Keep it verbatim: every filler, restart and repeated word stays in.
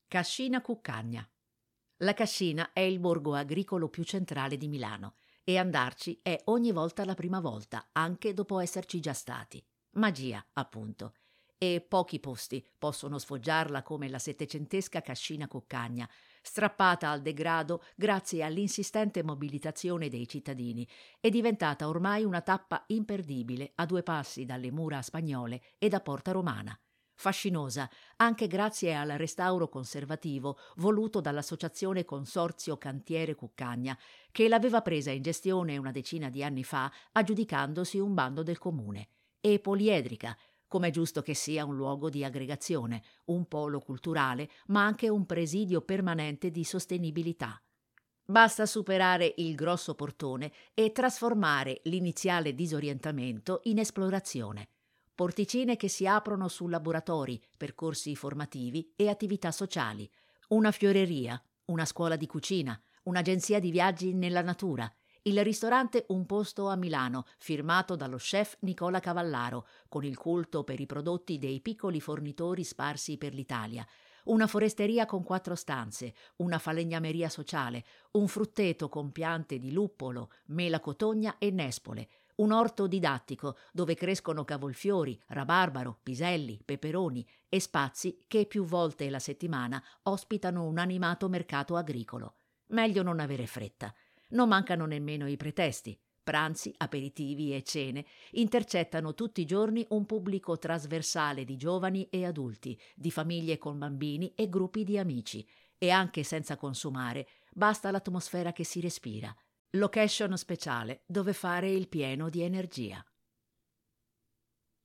Cascina Cuccagna. La Cascina è il borgo agricolo più centrale di Milano e andarci è ogni volta la prima volta, anche dopo esserci già stati. Magia, appunto. E pochi posti possono sfoggiarla come la settecentesca Cascina Cuccagna, strappata al degrado grazie all'insistente mobilitazione dei cittadini, è diventata ormai una tappa imperdibile a due passi dalle mura spagnole e da Porta Romana. Fascinosa anche grazie al restauro conservativo voluto dall'Associazione Consorzio Cantiere Cuccagna, che l'aveva presa in gestione una decina di anni fa aggiudicandosi un bando del comune, e poliedrica, come è giusto che sia un luogo di aggregazione, un polo culturale, ma anche un presidio permanente di sostenibilità. Basta superare il grosso portone e trasformare l'iniziale disorientamento in esplorazione. Porticine che si aprono su laboratori, percorsi formativi e attività sociali, una fioreria, una scuola di cucina, un'agenzia di viaggi nella natura, il ristorante Un Posto a Milano, firmato dallo chef Nicola Cavallaro, con il culto per i prodotti dei piccoli fornitori sparsi per l'Italia, una foresteria con quattro stanze, una falegnameria sociale, un frutteto con piante di luppolo, mela cotogna e nespole, un orto didattico dove crescono cavolfiori, rabarbaro, piselli, peperoni e spazi che più volte la settimana ospitano un animato mercato agricolo. Meglio non avere fretta. Non mancano nemmeno i pretesti. Pranzi, aperitivi e cene intercettano tutti i giorni un pubblico trasversale di giovani e adulti, di famiglie con bambini e gruppi di amici, e anche senza consumare, basta l'atmosfera che si respira. Location speciale dove fare il pieno di energia.